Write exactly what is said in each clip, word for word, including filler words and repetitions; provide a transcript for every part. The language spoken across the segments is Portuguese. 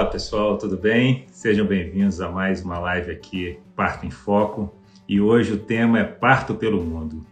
Olá pessoal, tudo bem? Sejam bem-vindos a mais uma live aqui, Parto em Foco. E hoje o tema é Parto pelo Mundo.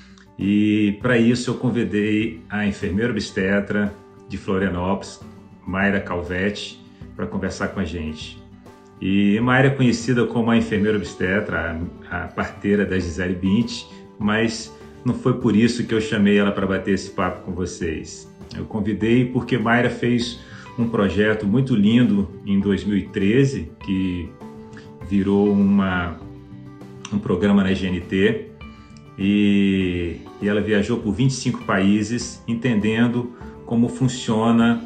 E para isso eu convidei a enfermeira obstetra de Florianópolis, Mayra Calvetti, para conversar com a gente. E Mayra é conhecida como a enfermeira obstetra, a, a parteira da Gisele Bündchen, mas não foi por isso que eu chamei ela para bater esse papo com vocês. Eu convidei porque Mayra fez um projeto muito lindo em dois mil e treze, que virou uma, um programa na G N T, e, e ela viajou por vinte e cinco países, entendendo como funciona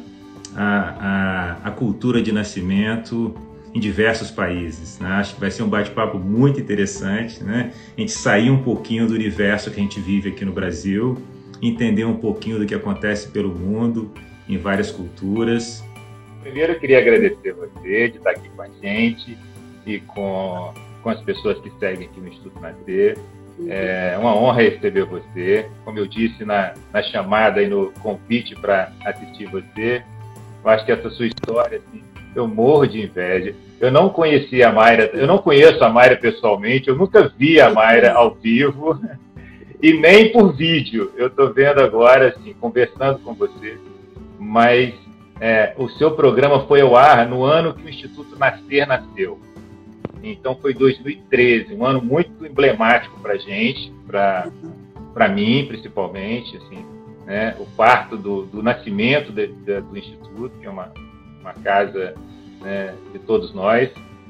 a, a, a cultura de nascimento em diversos países, né? Acho que vai ser um bate-papo muito interessante, né? A gente sair um pouquinho do universo que a gente vive aqui no Brasil, entender um pouquinho do que acontece pelo mundo, em várias culturas. Primeiro, eu queria agradecer você de estar aqui com a gente e com, com as pessoas que seguem aqui no Instituto Nascer. É uma honra receber você. Como eu disse na, na chamada e no convite para assistir você, eu acho que essa sua história, assim, eu morro de inveja. Eu não conhecia a Mayra, eu não conheço a Mayra pessoalmente, eu nunca vi a Mayra ao vivo e nem por vídeo. Eu estou vendo agora, assim, conversando com você, mas é, o seu programa foi ao ar no ano que o Instituto Nascer nasceu. Então foi dois mil e treze, um ano muito emblemático para a gente, para mim principalmente, assim, né? O parto do, do nascimento de, de, do Instituto, que é uma, uma casa, né, de todos nós.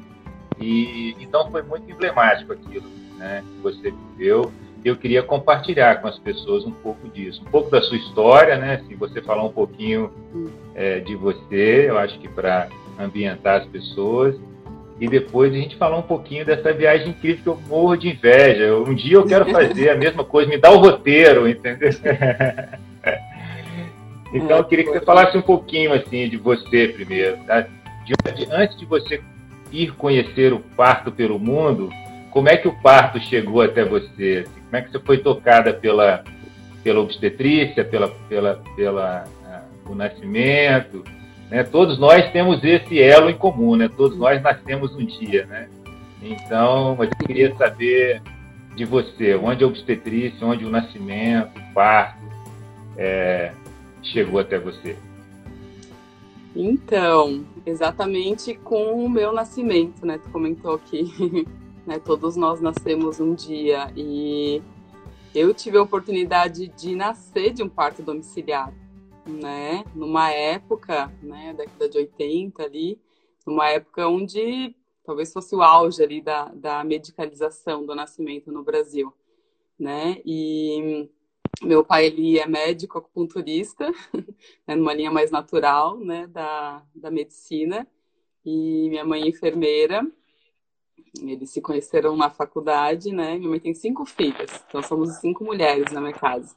E então foi muito emblemático aquilo, né, que você viveu. Eu queria compartilhar com as pessoas um pouco disso, um pouco da sua história, né? Se você falar um pouquinho é, de você, eu acho que para ambientar as pessoas, e depois a gente falar um pouquinho dessa viagem incrível que eu morro de inveja. Um dia eu quero fazer a mesma coisa, me dá o roteiro, entendeu? Então eu queria que você falasse um pouquinho assim de você primeiro, tá? De, de, antes de você ir conhecer o parto pelo mundo, como é que o parto chegou até você? Assim, como é que você foi tocada pela, pela obstetrícia, pela, pela, pela, uh, o nascimento? Né? Todos nós temos esse elo em comum, né? Todos nós nascemos um dia, né? Então, mas eu queria saber de você, onde a obstetrícia, onde o nascimento, o parto, é, chegou até você. Então, exatamente com o meu nascimento, né? Tu comentou que né, todos nós nascemos um dia, e eu tive a oportunidade de nascer de um parto domiciliar, né? Numa época, né, década de oitenta ali, numa época onde talvez fosse o auge ali da, da medicalização do nascimento no Brasil, né? E meu pai, ele é médico acupunturista, né, numa linha mais natural, né, da, da medicina, e minha mãe é enfermeira. Eles se conheceram na faculdade, né? Minha mãe tem cinco filhas, então somos cinco mulheres na minha casa.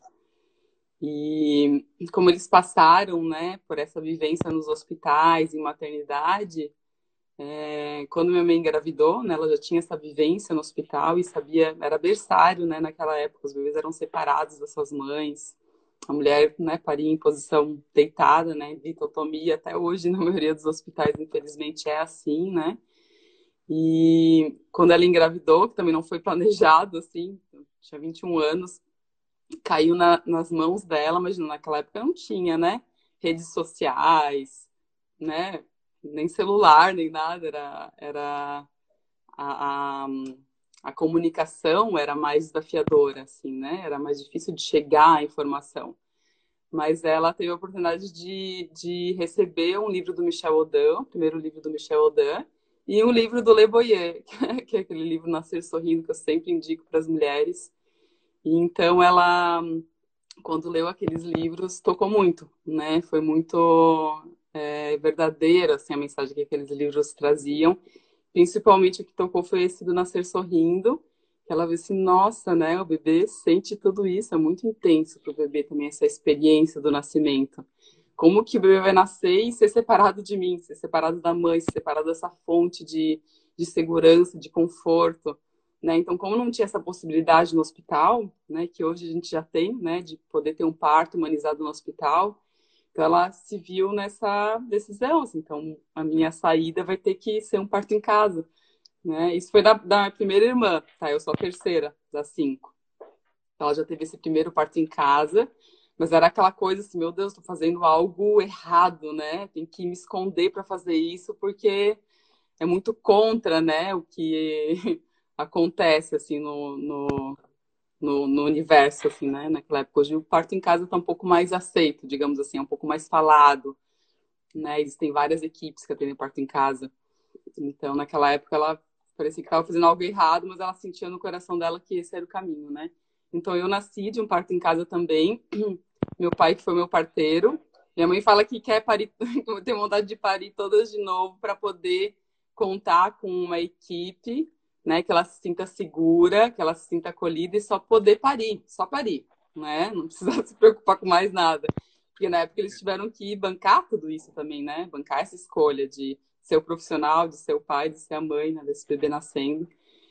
E como eles passaram, né, por essa vivência nos hospitais, em maternidade, é, quando minha mãe engravidou, né, ela já tinha essa vivência no hospital e sabia, era berçário, né, naquela época, os bebês eram separados das suas mães, a mulher, né, paria em posição deitada, né, litotomia, até hoje na maioria dos hospitais, infelizmente, é assim, né. E quando ela engravidou, que também não foi planejado, assim, tinha vinte e um anos, caiu na, nas mãos dela, mas naquela época não tinha, né? Redes sociais, né? Nem celular, nem nada, era, era a, a, a comunicação era mais desafiadora, assim, né? Era mais difícil de chegar à informação. Mas ela teve a oportunidade de, de receber um livro do Michel Audin, o primeiro livro do Michel Audin, e um livro do Le Boyer, que é aquele livro Nascer Sorrindo, que eu sempre indico para as mulheres. E então ela, quando leu aqueles livros, tocou muito, né? Foi muito é, verdadeira, assim, a mensagem que aqueles livros traziam. Principalmente o que tocou foi esse do Nascer Sorrindo, que ela viu assim, nossa, né? O bebê sente tudo isso, é muito intenso para o bebê também, essa experiência do nascimento. Como que o bebê vai nascer e ser separado de mim, ser separado da mãe, ser separado dessa fonte de, de segurança, de conforto, né? Então, como não tinha essa possibilidade no hospital, né, que hoje a gente já tem, né, de poder ter um parto humanizado no hospital, Então ela se viu nessa decisão, assim, então a minha saída vai ter que ser um parto em casa, né? Isso foi da, da minha primeira irmã, tá? Eu sou a terceira das cinco. Ela já teve esse primeiro parto em casa, mas era aquela coisa assim, meu Deus, tô fazendo algo errado, né? Tem que me esconder para fazer isso, porque é muito contra, né, o que acontece, assim, no, no, no, no universo, assim, né, naquela época. Hoje o parto em casa está um pouco mais aceito, digamos assim, é um pouco mais falado, né, existem várias equipes que atendem parto em casa. Então, naquela época, ela parecia que estava fazendo algo errado, mas ela sentia no coração dela que esse era o caminho, né. Então, eu nasci de um parto em casa também, meu pai que foi meu parteiro, minha mãe fala que quer parir, tem vontade de parir todas de novo para poder contar com uma equipe, né, que ela se sinta segura, que ela se sinta acolhida e só poder parir, só parir, né? Não precisa se preocupar com mais nada. Porque na época eles tiveram que bancar tudo isso também, né? Bancar essa escolha de ser o profissional, de ser o pai, de ser a mãe, né, desse bebê nascendo.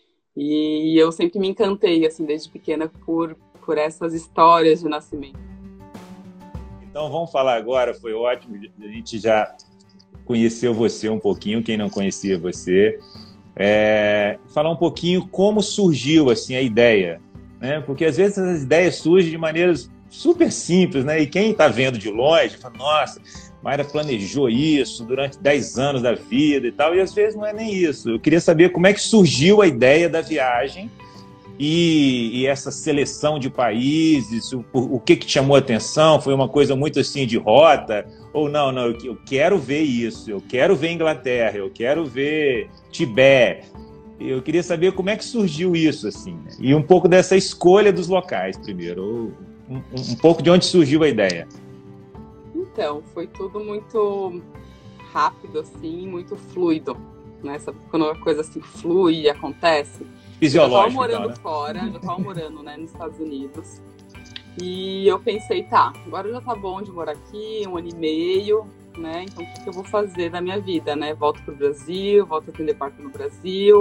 E eu sempre me encantei, assim, desde pequena, por, por essas histórias de nascimento. Então vamos falar agora, foi ótimo, a gente já conheceu você um pouquinho, quem não conhecia você, é, falar um pouquinho como surgiu assim, a ideia, né? Porque às vezes as ideias surgem de maneiras super simples, né? E quem está vendo de longe fala, nossa, Mayra planejou isso durante dez anos da vida e tal, e às vezes não é nem isso. Eu queria saber como é que surgiu a ideia da viagem e, e essa seleção de países, o, o que que te chamou a atenção? Foi uma coisa muito assim de rota? Ou não, não, eu, eu quero ver isso, eu quero ver Inglaterra, eu quero ver Tibete. Eu queria saber como é que surgiu isso, assim, né? E um pouco dessa escolha dos locais, primeiro, um, um pouco de onde surgiu a ideia. Então, foi tudo muito rápido, assim, muito fluido, né? Sabe quando uma coisa assim flui e acontece? Fisiológico, eu já tava morando então, né? fora, já tava morando, né, nos Estados Unidos. E eu pensei, tá, agora já tá bom de morar aqui, um ano e meio, né? Então, o que, que eu vou fazer da minha vida, né? Volto pro Brasil, volto a atender parto no Brasil.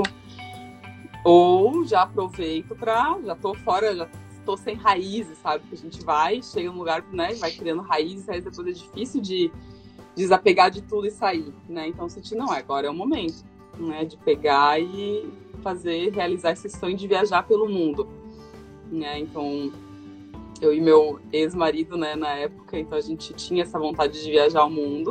Ou já aproveito pra... Já tô fora, já tô sem raízes, sabe? Que a gente vai, chega num lugar, né? Vai criando raízes, aí depois é difícil de desapegar de tudo e sair, né? Então, eu senti, não, agora é o momento, né? De pegar e fazer, realizar esse sonho de viajar pelo mundo, né? Então... Eu e meu ex-marido, né, na época, então a gente tinha essa vontade de viajar ao mundo.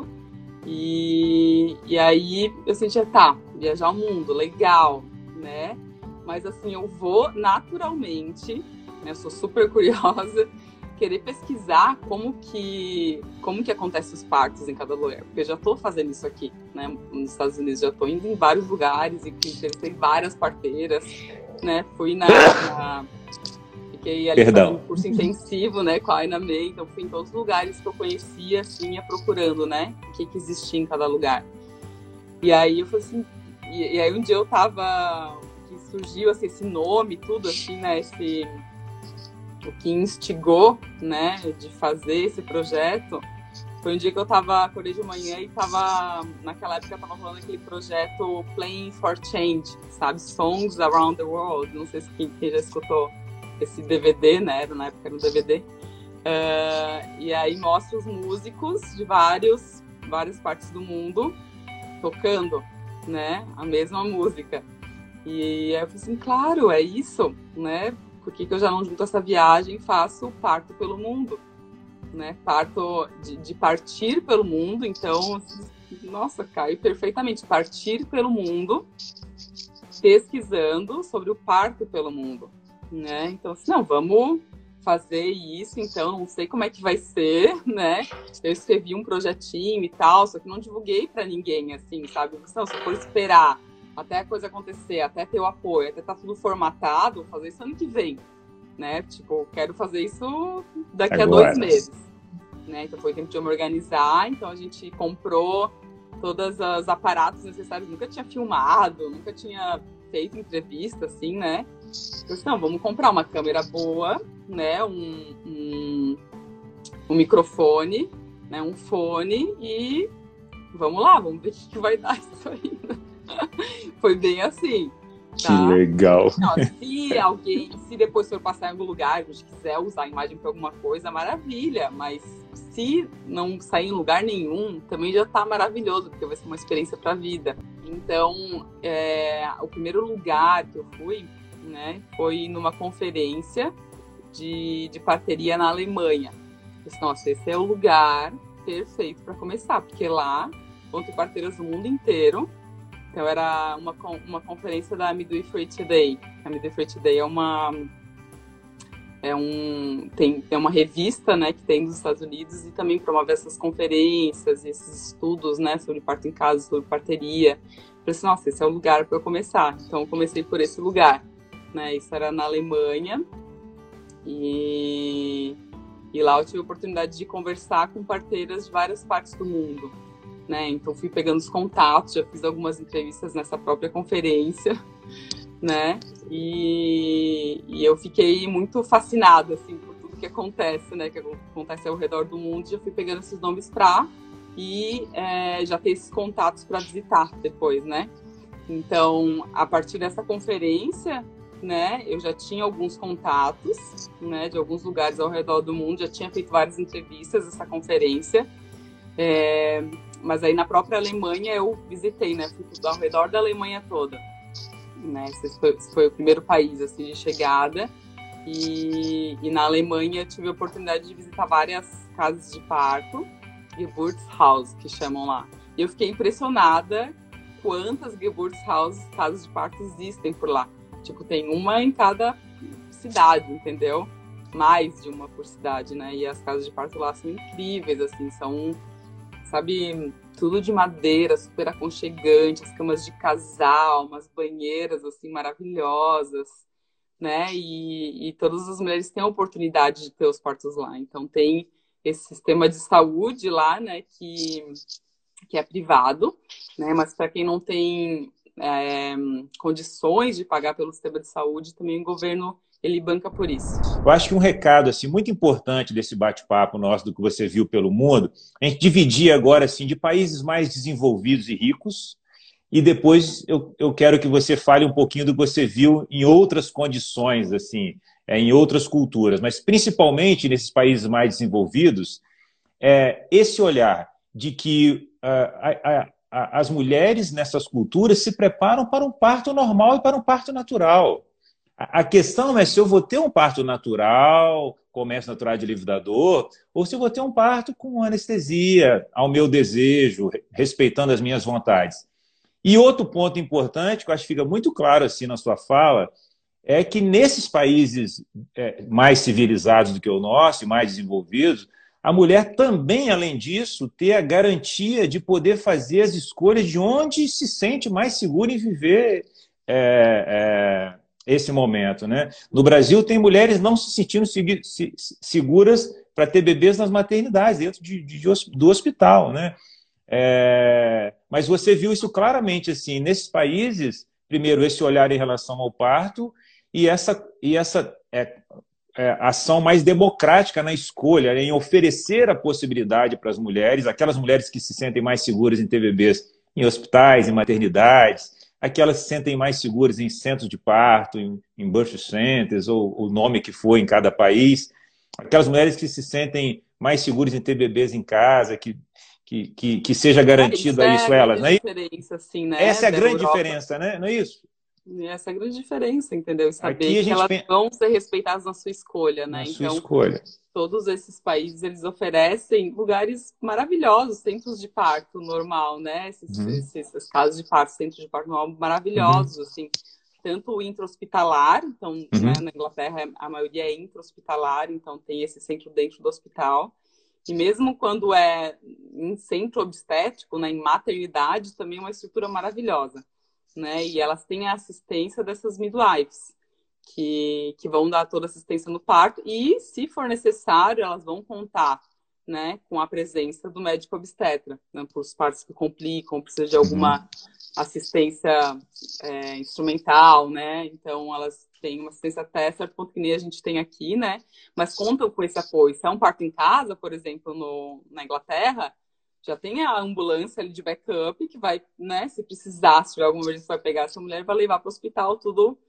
E, e aí eu sentia, tá, viajar ao mundo, legal, né? Mas assim, eu vou naturalmente, né, eu sou super curiosa, querer pesquisar como que, como que acontece os partos em cada lugar. Porque eu já tô fazendo isso aqui, né, nos Estados Unidos, já tô indo em vários lugares e interessei várias parteiras, né? Fui na... na Fiquei ali fazendo um curso intensivo, né, com a Aina May, então fui em todos os lugares que eu conhecia, assim, ia procurando, né, o que que existia em cada lugar. E aí eu falei assim, e, e aí um dia eu tava, que surgiu, assim, esse nome, tudo, assim, né, esse, o que instigou, né, de fazer esse projeto, foi um dia que eu tava, acordei de manhã e tava, naquela época eu tava falando aquele projeto Playing for Change, sabe, Songs Around the World, não sei se quem, quem já escutou esse D V D, né, na época era um D V D, uh, e aí mostra os músicos de vários, várias partes do mundo tocando, né, a mesma música. E aí eu falei assim, claro, é isso, né, por que que eu já não junto essa viagem e faço parto pelo mundo, né, parto de, de partir pelo mundo, então, nossa, caiu perfeitamente, partir pelo mundo, pesquisando sobre o parto pelo mundo. Né? Então, assim, não, vamos fazer isso, então, não sei como é que vai ser, né? Eu escrevi um projetinho e tal, só que não divulguei pra ninguém, assim, sabe? Não, se eu for esperar até a coisa acontecer, até ter o apoio, até tá tudo formatado, vou fazer isso ano que vem, né? Tipo, quero fazer isso daqui Agora. a dois meses, né? Então, foi tempo de eu me organizar, então a gente comprou todos os aparatos necessários, nunca tinha filmado, nunca tinha feito entrevista, assim, né? Eu disse, não, vamos comprar uma câmera boa, né, um, um, um microfone, né, um fone e vamos lá, vamos ver o que, que vai dar isso aí. Foi bem assim. Tá? Que legal. Não, se alguém, se depois for passar em algum lugar, a gente quiser usar a imagem para alguma coisa, maravilha, mas se não sair em lugar nenhum, também já tá maravilhoso, porque vai ser uma experiência para a vida. Então, é, o primeiro lugar que eu fui, né, foi numa conferência de, de parteria na Alemanha. Eu disse, nossa, esse é o lugar perfeito para começar, porque lá vão ter parteiras do mundo inteiro. Então, era uma, uma conferência da Midwifery Today. A Midwifery Today é uma... É, um, tem, é uma revista, né, que tem nos Estados Unidos e também promove essas conferências, esses estudos, né, sobre parto em casa, sobre parteria. Eu falei assim, nossa, esse é o lugar para eu começar. Então, eu comecei por esse lugar, né, isso era na Alemanha e, e lá eu tive a oportunidade de conversar com parteiras de várias partes do mundo, né, então fui pegando os contatos, já fiz algumas entrevistas nessa própria conferência, né, e, e eu fiquei muito fascinada, assim, por tudo que acontece, né, que acontece ao redor do mundo, já fui pegando esses nomes pra e é, já ter esses contatos para visitar depois, né, então, a partir dessa conferência, né, eu já tinha alguns contatos, né, de alguns lugares ao redor do mundo, já tinha feito várias entrevistas nessa conferência, é, mas aí na própria Alemanha eu visitei, né, fui ao redor da Alemanha toda. Né? Esse foi, esse foi o primeiro país assim, de chegada e, e na Alemanha eu tive a oportunidade de visitar várias casas de parto, Geburtshaus, que chamam lá. E eu fiquei impressionada quantas Geburtshaus, casas de parto existem por lá. Tipo, tem uma em cada cidade, entendeu? Mais de uma por cidade, né? E as casas de parto lá são incríveis, assim, são, sabe, tudo de madeira, super aconchegante, as camas de casal, umas banheiras, assim, maravilhosas, né? E, e todas as mulheres têm a oportunidade de ter os partos lá. Então, tem esse sistema de saúde lá, né, que, que é privado, né? Mas para quem não tem é, condições de pagar pelo sistema de saúde, também o governo, ele banca por isso. Eu acho que um recado assim, muito importante desse bate-papo nosso, do que você viu pelo mundo, a gente dividir agora assim, de países mais desenvolvidos e ricos, e depois eu, eu quero que você fale um pouquinho do que você viu em outras condições, assim, é, em outras culturas, mas principalmente nesses países mais desenvolvidos, é, esse olhar de que uh, a, a, a, as mulheres nessas culturas se preparam para um parto normal e para um parto natural. A questão é se eu vou ter um parto natural, comércio natural de livre da dor, ou se eu vou ter um parto com anestesia, ao meu desejo, respeitando as minhas vontades. E outro ponto importante, que eu acho que fica muito claro assim na sua fala, é que nesses países mais civilizados do que o nosso, e mais desenvolvidos, a mulher também, além disso, ter a garantia de poder fazer as escolhas de onde se sente mais segura em viver é, é, esse momento, né? No Brasil, tem mulheres não se sentindo seguras para ter bebês nas maternidades, dentro de, de, do hospital, né? É, mas você viu isso claramente, assim, nesses países, primeiro, esse olhar em relação ao parto e essa, e essa é, é, ação mais democrática na escolha, em oferecer a possibilidade para as mulheres, aquelas mulheres que se sentem mais seguras em ter bebês em hospitais, em maternidades, aquelas que se sentem mais seguras em centros de parto, em, em birth centers, ou o nome que for em cada país, aquelas mulheres que se sentem mais seguras em ter bebês em casa, que, que, que, que seja garantido é, a isso elas. Não é diferença, assim, né, essa é a grande Europa. diferença, né? Não é isso? Essa é a grande diferença, entendeu? Saber Aqui a que elas pensa... vão ser respeitadas na sua escolha, né? Na então, sua escolha. Todos esses países, eles oferecem lugares maravilhosos, centros de parto normal, né? Esses, uhum. esses, esses casos de parto, centros de parto normal maravilhosos, uhum. assim. Tanto o intra-hospitalar, então, uhum. né, na Inglaterra a maioria é intra-hospitalar, então tem esse centro dentro do hospital. E mesmo quando é em centro obstétrico, né, em maternidade, também é uma estrutura maravilhosa, né? E elas têm a assistência dessas midwives, que, que vão dar toda a assistência no parto e, se for necessário, elas vão contar, né, com a presença do médico obstetra, né, por os partos que complicam, precisa de alguma uhum. assistência é, instrumental, né? Então, elas têm uma assistência até certo ponto que nem a gente tem aqui, né? Mas contam com esse apoio. Se é um parto em casa, por exemplo, no, na Inglaterra, já tem a ambulância ali de backup que vai, né, se precisar, se tiver alguma emergência, vai pegar essa mulher e vai levar para o hospital, tudo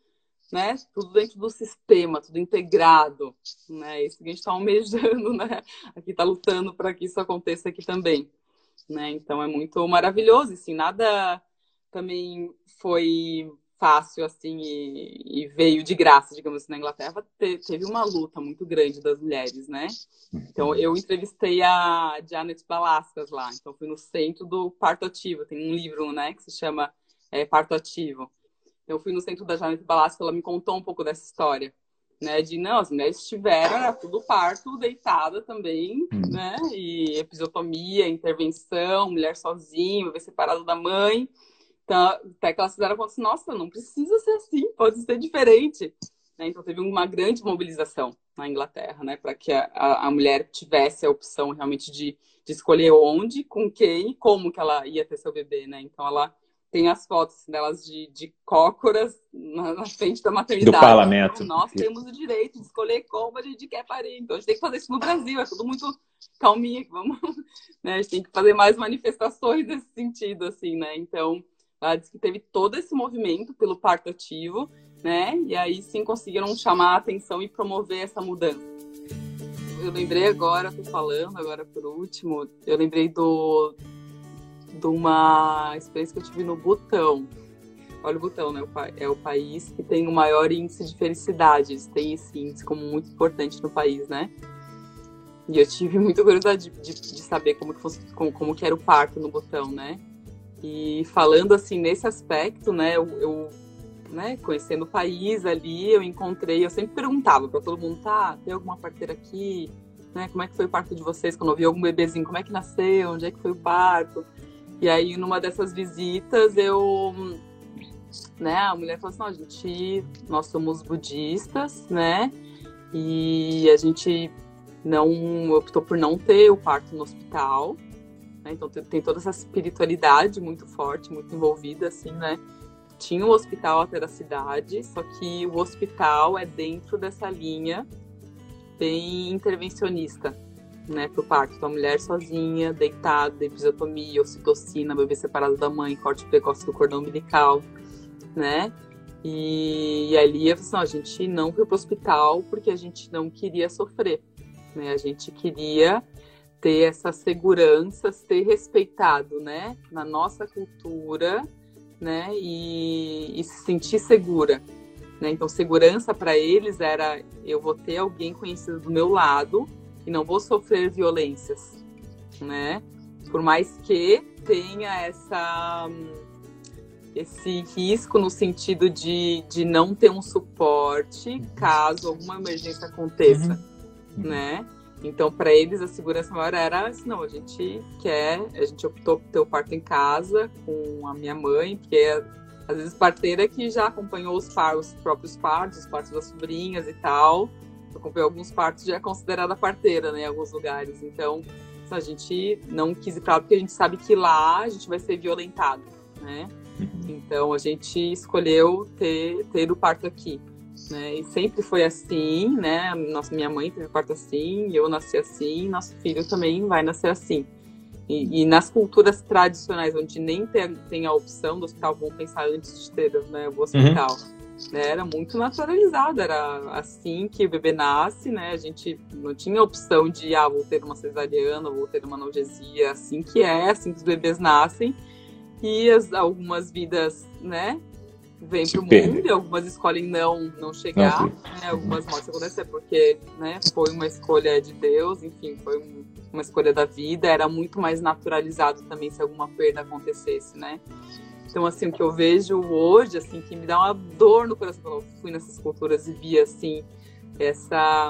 né? Tudo dentro do sistema, tudo integrado, né? Isso que a gente está almejando, né? Aqui está lutando para que isso aconteça aqui também, né? Então é muito maravilhoso, assim, nada também foi fácil, assim, e, e veio de graça, digamos assim, na Inglaterra. Te, teve uma luta muito grande das mulheres, né? Então, eu entrevistei a Janet Balaskas lá. Então, fui no centro do parto ativo. Tem um livro, né, que se chama é, Parto Ativo. Eu fui no centro da Janet Balaskas, ela me contou um pouco dessa história, né? De, não, as mulheres tiveram, era tudo parto, deitada também, hum. né? E episiotomia, intervenção, mulher sozinha, bebê separado da mãe. Então, até que elas fizeram a conta assim, nossa, não precisa ser assim, pode ser diferente. Né? Então, teve uma grande mobilização na Inglaterra, né? Para que a, a mulher tivesse a opção realmente de, de escolher onde, com quem e como que ela ia ter seu bebê, né? Então, ela tem as fotos delas de, de cócoras na, na frente da maternidade. Do parlamento. Então, nós temos o direito de escolher como a gente quer parir. Então, a gente tem que fazer isso no Brasil, é tudo muito calminha, vamos, né? A gente tem que fazer mais manifestações nesse sentido, assim, né? Então, ela disse que teve todo esse movimento pelo parto ativo, né? E aí sim conseguiram chamar a atenção e promover essa mudança. Eu lembrei agora, tô falando agora por último, eu lembrei do de uma experiência que eu tive no Butão. Olha o Butão, né? É o país que tem o maior índice de felicidade. Eles têm esse índice como muito importante no país, né? E eu tive muita curiosidade de, de, de saber como que, fosse, como, como que era o parto no Butão, né? E falando assim, nesse aspecto, né, eu, eu né, conhecendo o país ali, eu encontrei, eu sempre perguntava para todo mundo, tá, tem alguma parteira aqui? Né, como é que foi o parto de vocês? Quando eu vi algum bebezinho, como é que nasceu? Onde é que foi o parto? E aí, numa dessas visitas, eu, né, a mulher falou assim, não, a gente, nós somos budistas, né, e a gente não, optou por não ter o parto no hospital. Então tem toda essa espiritualidade muito forte, muito envolvida, assim, né? Tinha um hospital até da cidade, só que o hospital é dentro dessa linha bem intervencionista, né? Pro parto. Então a mulher sozinha, deitada, episiotomia, ocitocina, bebê separado da mãe, corte precoce do cordão umbilical, né? E, e ali assim, a gente não foi pro hospital porque a gente não queria sofrer, né? A gente queria ter essa segurança, ser respeitado, né, na nossa cultura, né, e, e se sentir segura, né? Então, segurança para eles era eu vou ter alguém conhecido do meu lado e não vou sofrer violências, né? Por mais que tenha essa esse risco no sentido de, de não ter um suporte caso alguma emergência aconteça, uhum. né? Então, para eles, a segurança maior era assim, não, a gente quer, a gente optou por ter o parto em casa com a minha mãe, porque é, às vezes parteira que já acompanhou os, par, os próprios partos, os partos das sobrinhas e tal, acompanhou alguns partos, já é considerada parteira, né, em alguns lugares. Então, a gente não quis ir para lá porque a gente sabe que lá a gente vai ser violentado, né? Então, a gente escolheu ter, ter o parto aqui. Né? E sempre foi assim, né? Nossa, minha mãe teve parto assim, eu nasci assim, nosso filho também vai nascer assim. E, e nas culturas tradicionais, onde nem tem, tem a opção do hospital, vão pensar antes de ter, né, o hospital. Uhum. Né? Era muito naturalizado, era assim que o bebê nasce, né? A gente não tinha opção de, ah, vou ter uma cesariana, vou ter uma analgesia, assim que é, assim que os bebês nascem. E as, algumas vidas, né? Vêm para o mundo e algumas escolhem não, não chegar, não, né? Algumas mortes acontecem porque, né, foi uma escolha de Deus, enfim, foi um, uma escolha da vida, era muito mais naturalizado também se alguma perda acontecesse, né? Então, assim, o que eu vejo hoje, assim, que me dá uma dor no coração quando eu fui nessas culturas e vi, assim, essa,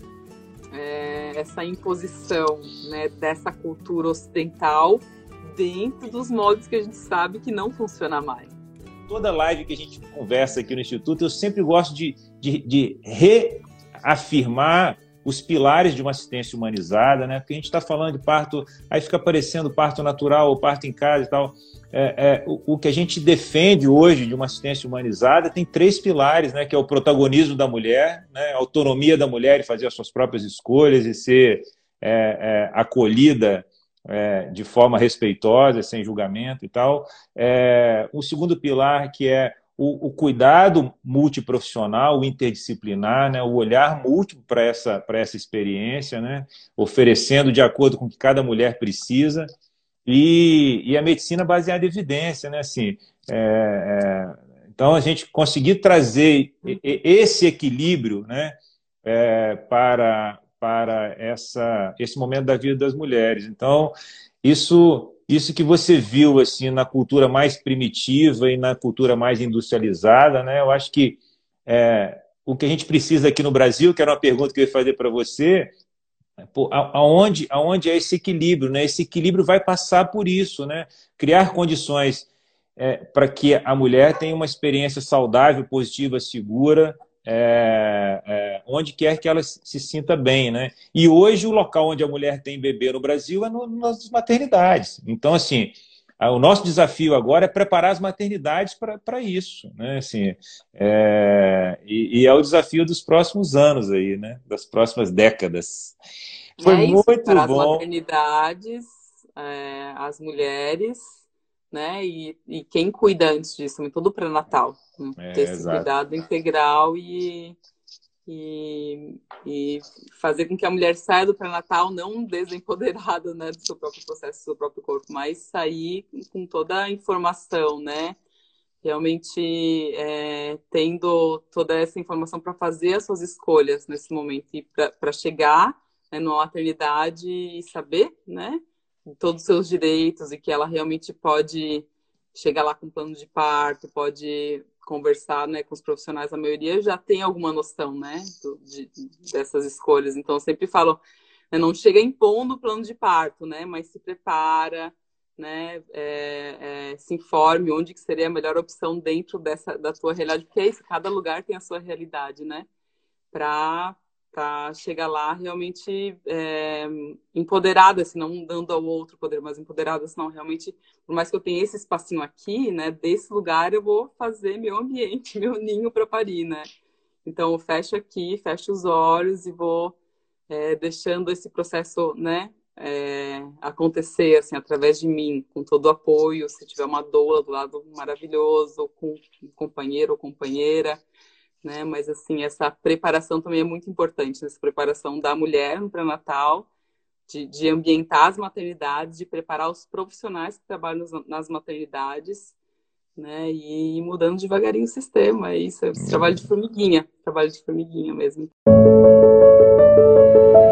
é, essa imposição, né, dessa cultura ocidental dentro dos moldes que a gente sabe que não funciona mais. Toda live que a gente conversa aqui no Instituto, eu sempre gosto de, de, de reafirmar os pilares de uma assistência humanizada, né? Porque a gente está falando de parto, aí fica aparecendo parto natural ou parto em casa e tal. É, é, o, o que a gente defende hoje de uma assistência humanizada tem três pilares, né? Que é o protagonismo da mulher, né? A autonomia da mulher e fazer as suas próprias escolhas e ser é, é, acolhida É, de forma respeitosa, sem julgamento e tal. É, o segundo pilar, que é o, o cuidado multiprofissional, o interdisciplinar, né, o olhar múltiplo para essa, para essa experiência, né, oferecendo de acordo com o que cada mulher precisa, e, e a medicina baseada em evidência, né, assim, é, é, então a gente conseguir trazer esse equilíbrio, né, é, para, para essa, esse momento da vida das mulheres. Então, isso... Isso que você viu assim na cultura mais primitiva e na cultura mais industrializada, né? Eu acho que é, o que a gente precisa aqui no Brasil, que era uma pergunta que eu ia fazer para você, pô, aonde, aonde é esse equilíbrio, né? Esse equilíbrio vai passar por isso, né? Criar condições é, para que a mulher tenha uma experiência saudável, positiva, segura, é, é, onde quer que ela se sinta bem, né? E hoje o local onde a mulher tem bebê no Brasil é no, nas maternidades. Então, assim, o nosso desafio agora é preparar as maternidades para isso, né? Assim, é, e, e é o desafio dos próximos anos aí, né? Das próximas décadas. Foi É isso, muito para as bom. maternidades, é, as mulheres, né? E, e quem cuida antes disso, também, todo o pré-natal, né? Ter É, esse exato. cuidado integral e, e, e fazer com que a mulher saia do pré-natal não desempoderada, né, do seu próprio processo, do seu próprio corpo, mas sair com toda a informação, né? Realmente é, tendo toda essa informação para fazer as suas escolhas nesse momento e para chegar, né, numa maternidade e saber, né, todos os seus direitos e que ela realmente pode chegar lá com plano de parto, pode conversar, né, com os profissionais. A maioria já tem alguma noção, né, do, de, dessas escolhas. Então eu sempre falo, né, não chega impondo o plano de parto, né, mas se prepara, né, é, é, se informe onde que seria a melhor opção dentro dessa, da tua realidade, porque é isso, cada lugar tem a sua realidade, né, para para chegar lá realmente é, empoderada, assim, não dando ao outro poder, mas empoderada, senão realmente, por mais que eu tenha esse espacinho aqui, né, desse lugar eu vou fazer meu ambiente, meu ninho para parir, né, então eu fecho aqui, fecho os olhos e vou é, deixando esse processo, né, É, acontecer assim através de mim, com todo o apoio, se tiver uma doula do lado, maravilhoso, com um companheiro ou companheira, né? Mas assim, essa preparação também é muito importante, essa preparação da mulher no pré-natal, de, de ambientar as maternidades, de preparar os profissionais que trabalham nas maternidades, né? E ir mudando devagarinho o sistema, é isso, é esse trabalho de formiguinha, trabalho de formiguinha mesmo.